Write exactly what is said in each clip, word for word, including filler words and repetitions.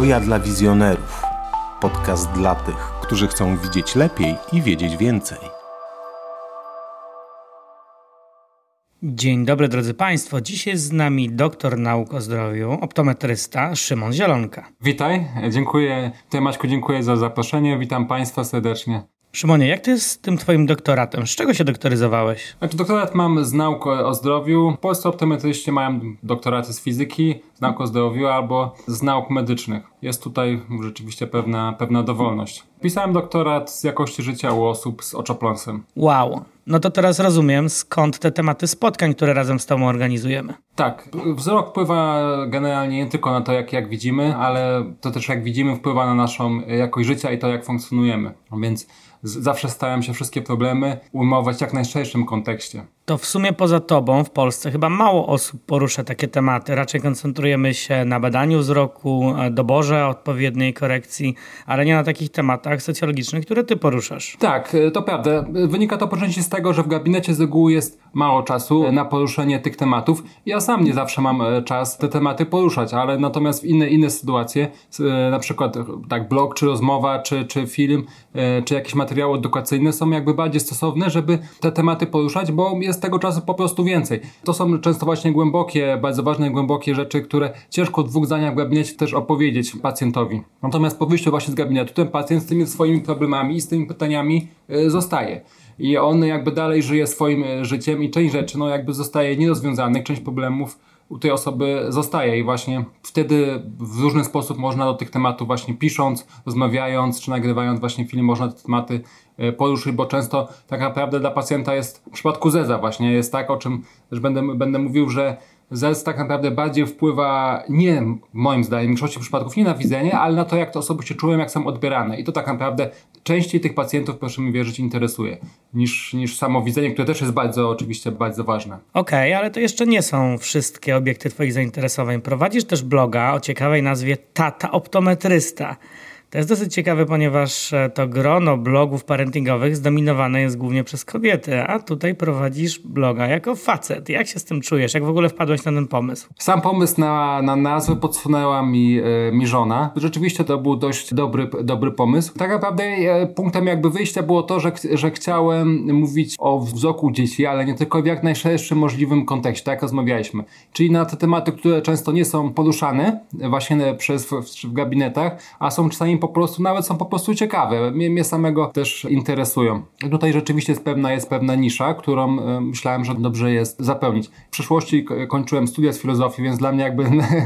Oja dla wizjonerów. Podcast dla tych, którzy chcą widzieć lepiej i wiedzieć więcej. Dzień dobry drodzy Państwo. Dziś jest z nami doktor nauk o zdrowiu, optometrysta Szymon Zielonka. Witaj, dziękuję. Tutaj Maćku, dziękuję za zaproszenie. Witam Państwa serdecznie. Szymonie, jak to jest z tym twoim doktoratem? Z czego się doktoryzowałeś? Znaczy, doktorat mam z nauk o zdrowiu. Polscy optometryści mają doktoraty z fizyki, z nauk o zdrowiu albo z nauk medycznych. Jest tutaj rzeczywiście pewna, pewna dowolność. Pisałem doktorat z jakości życia u osób z oczopląsem. Wow, no to teraz rozumiem, skąd te tematy spotkań, które razem z tobą organizujemy. Tak, wzrok wpływa generalnie nie tylko na to, jak, jak widzimy, ale to też jak widzimy wpływa na naszą jakość życia i to, jak funkcjonujemy. Więc zawsze starałem się wszystkie problemy ujmować w jak najszerszym kontekście. To w sumie poza tobą w Polsce chyba mało osób porusza takie tematy. Raczej koncentrujemy się na badaniu wzroku, doborze odpowiedniej korekcji, ale nie na takich tematach socjologicznych, które ty poruszasz. Tak, to prawda. Wynika to po części z tego, że w gabinecie z reguły jest mało czasu na poruszenie tych tematów. Ja sam nie zawsze mam czas te tematy poruszać, ale natomiast w inne, inne sytuacje, na przykład tak blog, czy rozmowa, czy, czy film, czy jakieś materiały edukacyjne są jakby bardziej stosowne, żeby te tematy poruszać, bo jest tego czasu po prostu więcej. To są często właśnie głębokie, bardzo ważne głębokie rzeczy, które ciężko w dwóch zdaniach w gabinecie też opowiedzieć pacjentowi. Natomiast po wyjściu właśnie z gabinetu ten pacjent z tymi swoimi problemami i z tymi pytaniami y, zostaje. I on jakby dalej żyje swoim życiem i część rzeczy no jakby zostaje nierozwiązanych, część problemów u tej osoby zostaje i właśnie wtedy w różny sposób można do tych tematów właśnie pisząc, rozmawiając czy nagrywając właśnie film można te tematy poruszyć, bo często tak naprawdę dla pacjenta jest w przypadku zeza właśnie jest tak, o czym też będę, będę mówił, że zez tak naprawdę bardziej wpływa nie moim zdaniem w większości przypadków nie na widzenie, ale na to, jak te osoby się czują, jak są odbierane i to tak naprawdę częściej tych pacjentów, proszę mi wierzyć, interesuje niż, niż samo widzenie, które też jest bardzo oczywiście bardzo ważne. Okej, okay, ale to jeszcze nie są wszystkie obiekty twoich zainteresowań. Prowadzisz też bloga o ciekawej nazwie Tata Optometrysta. To jest dosyć ciekawe, ponieważ to grono blogów parentingowych zdominowane jest głównie przez kobiety, a tutaj prowadzisz bloga jako facet. Jak się z tym czujesz? Jak w ogóle wpadłeś na ten pomysł? Sam pomysł na, na nazwę podsunęła mi, e, mi żona. Rzeczywiście to był dość dobry, dobry pomysł. Tak naprawdę e, punktem jakby wyjścia było to, że, że chciałem mówić o wzroku dzieci, ale nie tylko w jak najszerszym możliwym kontekście, tak jak rozmawialiśmy. Czyli na te tematy, które często nie są poruszane właśnie przez, w, w gabinetach, a są czasami po prostu, nawet są po prostu ciekawe. Mnie, mnie samego też interesują. Tutaj rzeczywiście jest pewna, jest pewna nisza, którą y, myślałem, że dobrze jest zapełnić. W przeszłości k- kończyłem studia z filozofii, więc dla mnie jakby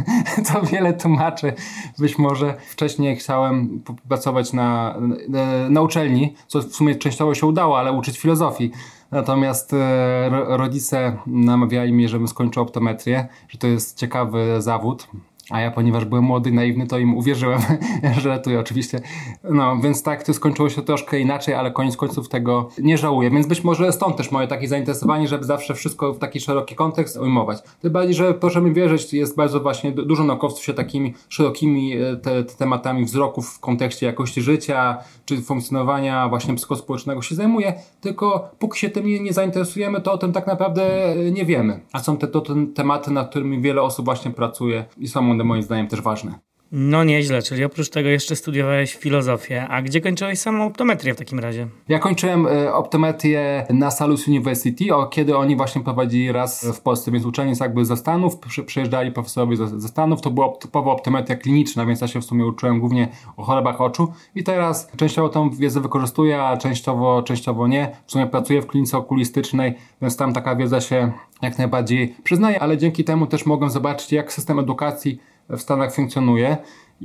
to wiele tłumaczy. Być może wcześniej chciałem pracować na, na, na uczelni, co w sumie częściowo się udało, ale uczyć filozofii. Natomiast e, ro, rodzice namawiali mnie, żebym skończył optometrię, że to jest ciekawy zawód. A ja, ponieważ byłem młody i naiwny, to im uwierzyłem, że ratuję oczywiście. No, więc tak, to skończyło się troszkę inaczej, ale koniec końców tego nie żałuję. Więc być może stąd też moje takie zainteresowanie, żeby zawsze wszystko w taki szeroki kontekst ujmować. Tym bardziej, że proszę mi wierzyć, jest bardzo właśnie, dużo naukowców się takimi szerokimi te, te tematami wzroków w kontekście jakości życia, czy funkcjonowania właśnie psychospołecznego się zajmuje, tylko póki się tym nie, nie zainteresujemy, to o tym tak naprawdę nie wiemy. A są te, to, te tematy, nad którymi wiele osób właśnie pracuje i są moim zdaniem też ważne. No nieźle, czyli oprócz tego jeszcze studiowałeś filozofię. A gdzie kończyłeś samą optometrię w takim razie? Ja kończyłem y, optometrię na Salus University, o, kiedy oni właśnie prowadzili raz w Polsce, więc uczelni jakby ze Stanów, przy, przyjeżdżali profesorowie ze, ze Stanów, to była typowa optometria kliniczna, więc ja się w sumie uczyłem głównie o chorobach oczu i teraz częściowo tą wiedzę wykorzystuję, a częściowo, częściowo nie. W sumie pracuję w klinice okulistycznej, więc tam taka wiedza się jak najbardziej przyznaje, ale dzięki temu też mogłem zobaczyć, jak system edukacji w Stanach funkcjonuje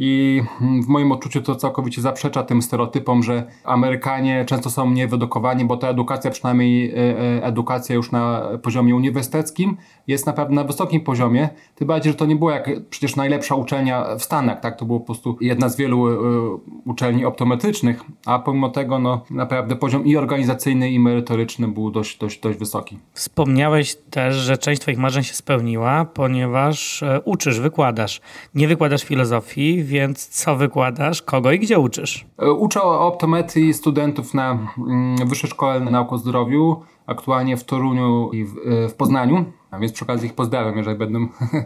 i w moim odczuciu to całkowicie zaprzecza tym stereotypom, że Amerykanie często są niewyedukowani, bo ta edukacja, przynajmniej edukacja już na poziomie uniwersyteckim jest naprawdę na wysokim poziomie. Tym bardziej, że to nie było jak przecież najlepsza uczelnia w Stanach, tak? To było po prostu jedna z wielu uczelni optometrycznych, a pomimo tego no naprawdę poziom i organizacyjny, i merytoryczny był dość, dość, dość wysoki. Wspomniałeś też, że część twoich marzeń się spełniła, ponieważ uczysz, wykładasz. Nie wykładasz filozofii, optometrii, więc co wykładasz, kogo i gdzie uczysz? Uczę optometrii studentów na Wyższej Szkole Nauk o Zdrowiu, aktualnie w Toruniu i w, w Poznaniu, a więc przy okazji ich pozdrawiam, jeżeli będą,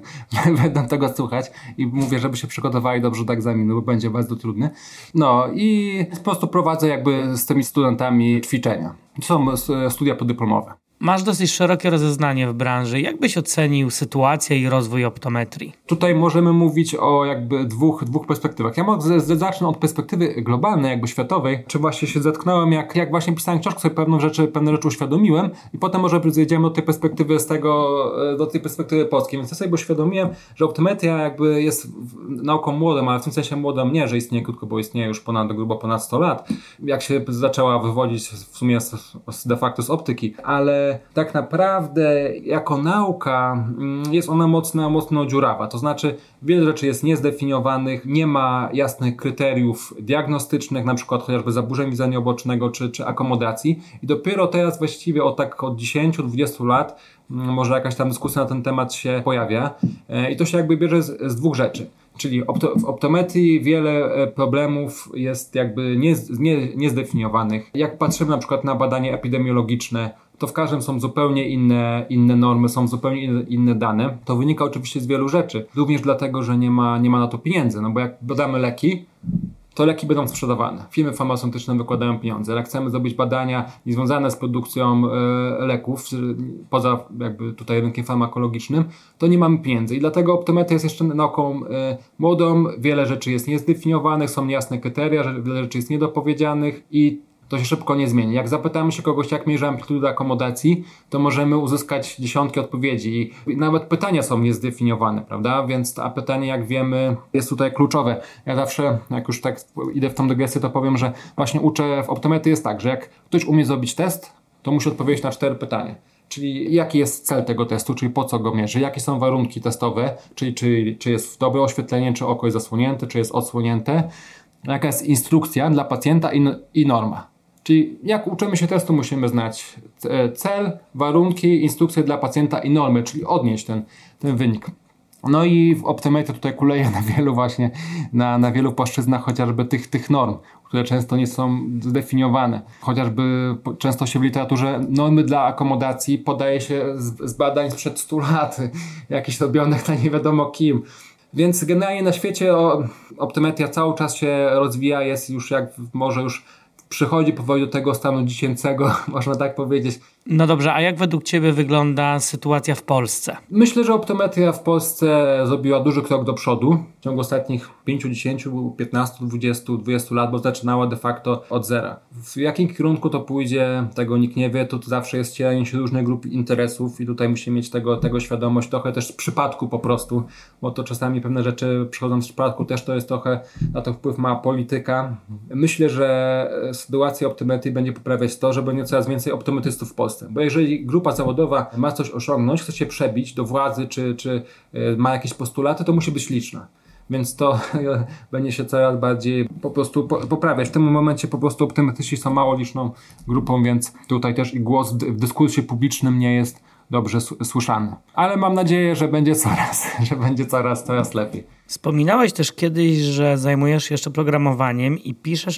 będą tego słuchać i mówię, żeby się przygotowali dobrze do egzaminu, bo będzie bardzo trudny. No i po prostu prowadzę jakby z tymi studentami ćwiczenia. To są studia podyplomowe. Masz dosyć szerokie rozeznanie w branży. Jak byś ocenił sytuację i rozwój optometrii? Tutaj możemy mówić o jakby dwóch, dwóch perspektywach. Ja może zacznę od perspektywy globalnej, jakby światowej. Czy właśnie się zetknąłem, jak, jak właśnie pisałem książkę, sobie pewną rzeczy, pewne rzeczy uświadomiłem i potem może zejdziemy do tej perspektywy z tego, do tej perspektywy polskiej. Więc ja sobie uświadomiłem, że optometria jakby jest nauką młodą, ale w tym sensie młodą nie, że istnieje krótko, bo istnieje już ponad, grubo ponad sto lat. Jak się zaczęła wywodzić w sumie z, de facto z optyki, ale tak naprawdę jako nauka jest ona mocno, mocno dziurawa. To znaczy wiele rzeczy jest niezdefiniowanych, nie ma jasnych kryteriów diagnostycznych, na przykład chociażby zaburzeń widzenia obocznego czy, czy akomodacji i dopiero teraz właściwie od tak od dziesięciu do dwudziestu lat może jakaś tam dyskusja na ten temat się pojawia i to się jakby bierze z, z dwóch rzeczy. Czyli opto, w optometrii wiele problemów jest jakby nie, nie, niezdefiniowanych. Jak patrzymy na przykład na badania epidemiologiczne, to w każdym są zupełnie inne, inne normy, są zupełnie inne, inne dane. To wynika oczywiście z wielu rzeczy. Również dlatego, że nie ma, nie ma na to pieniędzy. No bo jak badamy leki, to leki będą sprzedawane. Firmy farmaceutyczne wykładają pieniądze. Jak chcemy zrobić badania niezwiązane z produkcją e, leków, poza jakby tutaj rynkiem farmakologicznym, to nie mamy pieniędzy. I dlatego optometria jest jeszcze nauką e, młodą. Wiele rzeczy jest niezdefiniowanych, są niejasne kryteria, wiele rzeczy jest niedopowiedzianych i to się szybko nie zmieni. Jak zapytamy się kogoś, jak mierzy amplitudę akomodacji, to możemy uzyskać dziesiątki odpowiedzi i nawet pytania są niezdefiniowane, prawda? Więc a pytanie, jak wiemy, jest tutaj kluczowe. Ja zawsze, jak już tak idę w tą dygresję, to powiem, że właśnie uczę w optometrii jest tak, że jak ktoś umie zrobić test, to musi odpowiedzieć na cztery pytania. Czyli jaki jest cel tego testu, czyli po co go mierzy, jakie są warunki testowe, czyli czy, czy jest dobre oświetlenie, czy oko jest zasłonięte, czy jest odsłonięte, jaka jest instrukcja dla pacjenta i, i norma. Czyli jak uczymy się testu, musimy znać cel, warunki, instrukcje dla pacjenta i normy, czyli odnieść ten, ten wynik. No i w optometrii tutaj kuleje na wielu właśnie, na, na wielu płaszczyznach chociażby tych, tych norm, które często nie są zdefiniowane. Chociażby często się w literaturze normy dla akomodacji podaje się z, z badań sprzed stu lat, jakichś robionych na nie wiadomo kim. Więc generalnie na świecie o, optometria cały czas się rozwija, jest już jak może już przychodzi powoli do tego stanu dziecięcego, można tak powiedzieć. No dobrze, a jak według Ciebie wygląda sytuacja w Polsce? Myślę, że optometria w Polsce zrobiła duży krok do przodu w ciągu ostatnich pięciu, dziesięciu, piętnastu, dwudziestu, dwudziestu lat, bo zaczynała de facto od zera. W jakim kierunku to pójdzie, tego nikt nie wie, to, to zawsze jest wcielenie się różnych grup interesów i tutaj musimy mieć tego, tego świadomość, trochę też z przypadku po prostu, bo to czasami pewne rzeczy przychodzą z przypadku, też to jest trochę, na to wpływ ma polityka. Myślę, że sytuacja optometrii będzie poprawiać to, że będzie coraz więcej optometrystów w Polsce. Bo jeżeli grupa zawodowa ma coś osiągnąć, chce się przebić do władzy, czy, czy ma jakieś postulaty, to musi być liczna. Więc to będzie się coraz bardziej po prostu poprawiać. W tym momencie po prostu optometryści są mało liczną grupą, więc tutaj też i głos w dyskursie publicznym nie jest dobrze słyszany. Ale mam nadzieję, że będzie coraz, że będzie coraz, coraz lepiej. Wspominałeś też kiedyś, że zajmujesz się jeszcze programowaniem i piszesz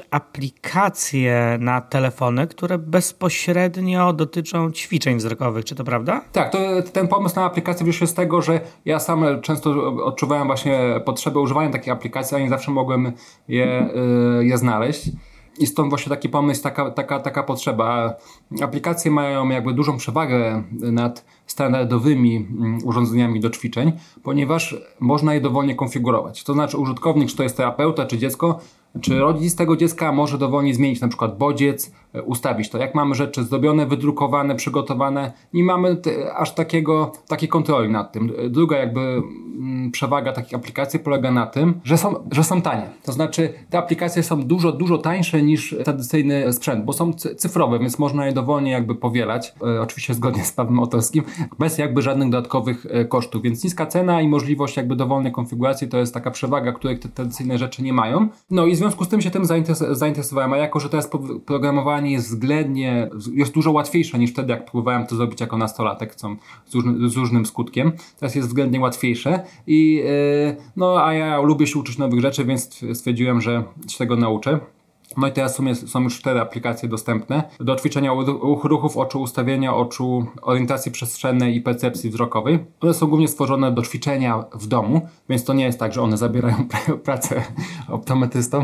aplikacje na telefony, które bezpośrednio dotyczą ćwiczeń wzrokowych. Czy to prawda? Tak, to ten pomysł na aplikację wziął się z tego, że ja sam często odczuwałem właśnie potrzebę używania takich aplikacji, a nie zawsze mogłem je, je znaleźć. I stąd właśnie taki pomysł, taka, taka, taka potrzeba. Aplikacje mają jakby dużą przewagę nad standardowymi urządzeniami do ćwiczeń, ponieważ można je dowolnie konfigurować. To znaczy użytkownik, czy to jest terapeuta, czy dziecko, czy rodzic tego dziecka może dowolnie zmienić na przykład bodziec, ustawić to. Jak mamy rzeczy zrobione, wydrukowane, przygotowane, nie mamy te, aż takiego, takiej kontroli nad tym. Druga jakby m, przewaga takich aplikacji polega na tym, że są, że są tanie. To znaczy te aplikacje są dużo, dużo tańsze niż tradycyjny sprzęt, bo są cyfrowe, więc można je dowolnie jakby powielać, e, oczywiście zgodnie z prawem autorskim, bez jakby żadnych dodatkowych e, kosztów. Więc niska cena i możliwość jakby dowolnej konfiguracji to jest taka przewaga, której te tradycyjne rzeczy nie mają. No i w związku z tym się tym zainteres- zainteresowałem, a jako, że teraz programowanie jest względnie, jest dużo łatwiejsze niż wtedy, jak próbowałem to zrobić jako nastolatek, co z, różny, z różnym skutkiem. Teraz jest względnie łatwiejsze i yy, no a ja lubię się uczyć nowych rzeczy, więc stwierdziłem, że się tego nauczę. No i teraz w sumie są już cztery aplikacje dostępne do ćwiczenia ruchów oczu, ustawienia oczu, orientacji przestrzennej i percepcji wzrokowej. One są głównie stworzone do ćwiczenia w domu, więc to nie jest tak, że one zabierają pracę optometrystom,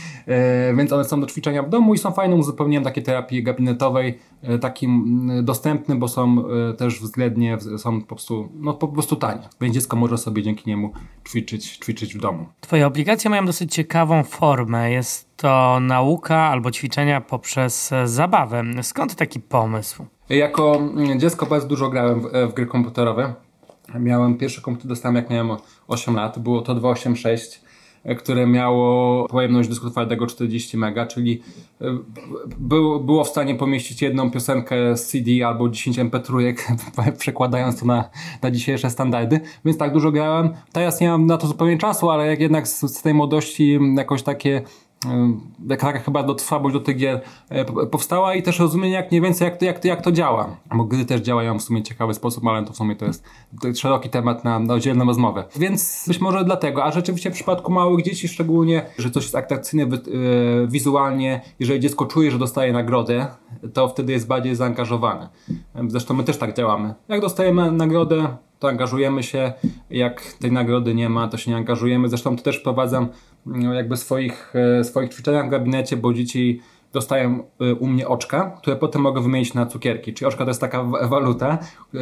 więc one są do ćwiczenia w domu i są fajnym uzupełnieniem takiej terapii gabinetowej, takim dostępnym, bo są też względnie, są po prostu, no po prostu tanie, więc dziecko może sobie dzięki niemu ćwiczyć, ćwiczyć w domu. Twoje aplikacje mają dosyć ciekawą formę. Jest to nauka albo ćwiczenia poprzez zabawę. Skąd taki pomysł? Jako dziecko bardzo dużo grałem w, w gry komputerowe. Miałem pierwszy komputer, dostałem jak miałem osiem lat. Było to dwieście osiemdziesiąt sześć, które miało pojemność dysku twardego czterdzieści mega, czyli był, było w stanie pomieścić jedną piosenkę z C D albo dziesięć em pe trzy, przekładając to na, na dzisiejsze standardy, więc tak dużo grałem. Teraz nie mam na to zupełnie czasu, ale jak jednak z, z tej młodości jakoś takie taka chyba dotrwałość do tych gier powstała i też rozumienie jak mniej więcej jak to, jak to, jak to działa. Bo gry też działają w sumie ciekawy sposób, ale to w sumie to jest, to jest szeroki temat na, na oddzielną rozmowę. Więc być może dlatego, a rzeczywiście w przypadku małych dzieci szczególnie, że coś jest atrakcyjne wizualnie, jeżeli dziecko czuje, że dostaje nagrodę, to wtedy jest bardziej zaangażowane. Zresztą my też tak działamy. Jak dostajemy nagrodę, to angażujemy się, jak tej nagrody nie ma, to się nie angażujemy. Zresztą to też wprowadzam jakby swoich, swoich ćwiczeniach w gabinecie, bo dzieci dostają u mnie oczka, które potem mogę wymienić na cukierki. Czyli oczka to jest taka waluta,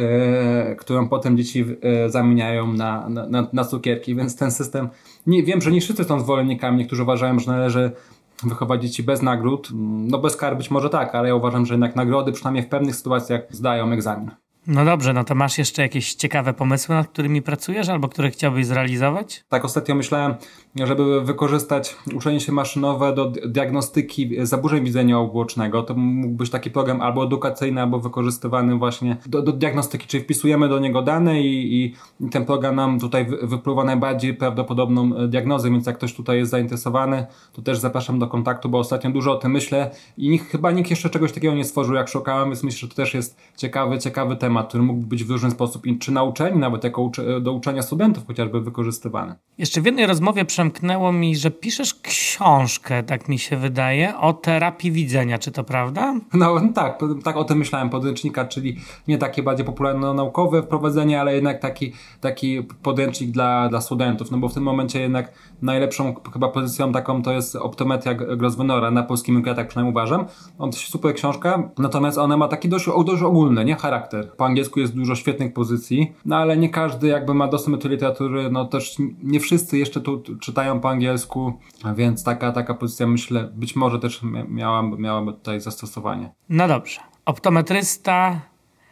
e, którą potem dzieci e, zamieniają na, na, na cukierki, więc ten system, nie, wiem, że nie wszyscy są zwolennikami, niektórzy uważają, że należy wychować dzieci bez nagród. No bez kar być może tak, ale ja uważam, że jednak nagrody przynajmniej w pewnych sytuacjach zdają egzamin. No dobrze, no to masz jeszcze jakieś ciekawe pomysły, nad którymi pracujesz albo które chciałbyś zrealizować? Tak, ostatnio myślałem, żeby wykorzystać uczenie się maszynowe do diagnostyki zaburzeń widzenia ubocznego. To mógł być taki program albo edukacyjny, albo wykorzystywany właśnie do, do diagnostyki, czyli wpisujemy do niego dane i, i ten program nam tutaj wypływa najbardziej prawdopodobną diagnozę, więc jak ktoś tutaj jest zainteresowany, to też zapraszam do kontaktu, bo ostatnio dużo o tym myślę i nikt, chyba nikt jeszcze czegoś takiego nie stworzył, jak szukałem, więc myślę, że to też jest ciekawy, ciekawy temat, który mógłby być w różny sposób, czy na uczeniu, nawet jako ucze- do uczenia studentów chociażby wykorzystywany. Jeszcze w jednej rozmowie przemknęło mi, że piszesz książkę, tak mi się wydaje, o terapii widzenia. Czy to prawda? No tak, tak o tym myślałem, podręcznika, czyli nie takie bardziej popularno-naukowe wprowadzenie, ale jednak taki, taki podręcznik dla, dla studentów, no bo w tym momencie jednak najlepszą chyba pozycją taką to jest optometria Grosvenora, na polskim rynku, ja tak przynajmniej uważam. On to super książka, natomiast ona ma taki dość, dość ogólny, nie? Charakter. Po angielsku jest dużo świetnych pozycji, no ale nie każdy jakby ma dostęp do tej literatury, no też nie wszyscy jeszcze tu czytają po angielsku, więc taka, taka pozycja myślę, być może też miałaby, miałaby tutaj zastosowanie. No dobrze. Optometrysta,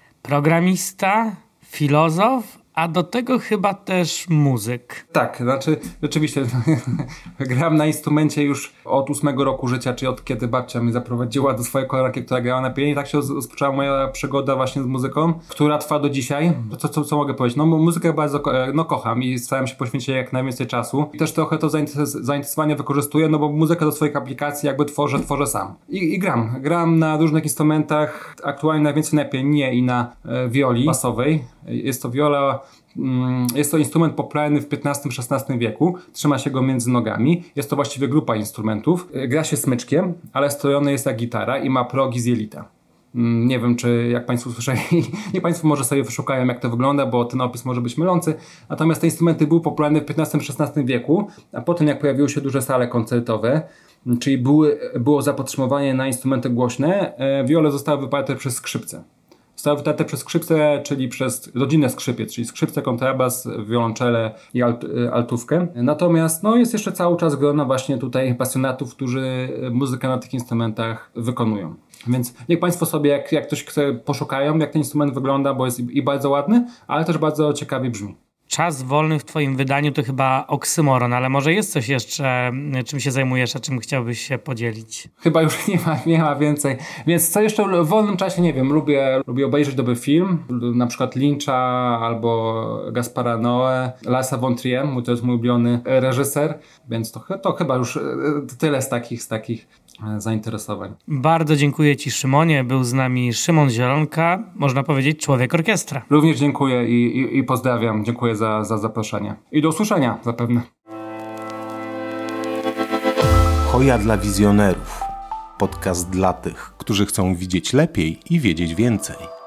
programista, filozof, a do tego chyba też muzyk. Tak, znaczy rzeczywiście gram na instrumencie już od ósmego roku życia, czyli od kiedy babcia mnie zaprowadziła do swojej koleżanki, która grała na pianinie. Tak się rozpoczęła moja przygoda właśnie z muzyką, która trwa do dzisiaj. Co, co, co mogę powiedzieć? No muzykę bardzo no, kocham i staram się poświęcić jak najwięcej czasu. I też trochę to zainteresowanie wykorzystuję, no bo muzykę do swoich aplikacji jakby tworzę, tworzę sam. I, i gram. Gram na różnych instrumentach, aktualnie najwięcej na pianinie i na e, wioli basowej. Jest to wiola, jest to instrument popularny w piętnastym szesnastym wieku. Trzyma się go między nogami. Jest to właściwie grupa instrumentów. Gra się smyczkiem, ale strojony jest jak gitara i ma progi z jelita. Nie wiem, czy jak Państwo słyszeli, nie Państwo może sobie wyszukają, jak to wygląda, bo ten opis może być mylący. Natomiast te instrumenty były popularne w piętnastym szesnastym wieku, a potem jak pojawiły się duże sale koncertowe, czyli były, było zapotrzebowanie na instrumenty głośne, wiole zostały wyparte przez skrzypce. Zostały wytarte przez skrzypce, czyli przez rodzinne skrzypiec, czyli skrzypce, kontrabas, wiolonczele i alt, altówkę. Natomiast no, jest jeszcze cały czas grona właśnie tutaj pasjonatów, którzy muzykę na tych instrumentach wykonują. Więc niech Państwo sobie, jak, jak ktoś chce, poszukają, jak ten instrument wygląda, bo jest i, i bardzo ładny, ale też bardzo ciekawie brzmi. Czas wolny w twoim wydaniu to chyba oksymoron, ale może jest coś jeszcze, czym się zajmujesz, a czym chciałbyś się podzielić? Chyba już nie ma, nie ma więcej. Więc co jeszcze w wolnym czasie, nie wiem, lubię, lubię obejrzeć dobry film, na przykład Lyncha albo Gaspara Noé, Larsa von Trier, to jest mój ulubiony reżyser, więc to, to chyba już tyle z takich, z takich zainteresowań. Bardzo dziękuję Ci, Szymonie. Był z nami Szymon Zielonka, można powiedzieć człowiek orkiestra. Również dziękuję i, i, i pozdrawiam. Dziękuję za, za zaproszenie. I do usłyszenia zapewne. Hoja dla wizjonerów. Podcast dla tych, którzy chcą widzieć lepiej i wiedzieć więcej.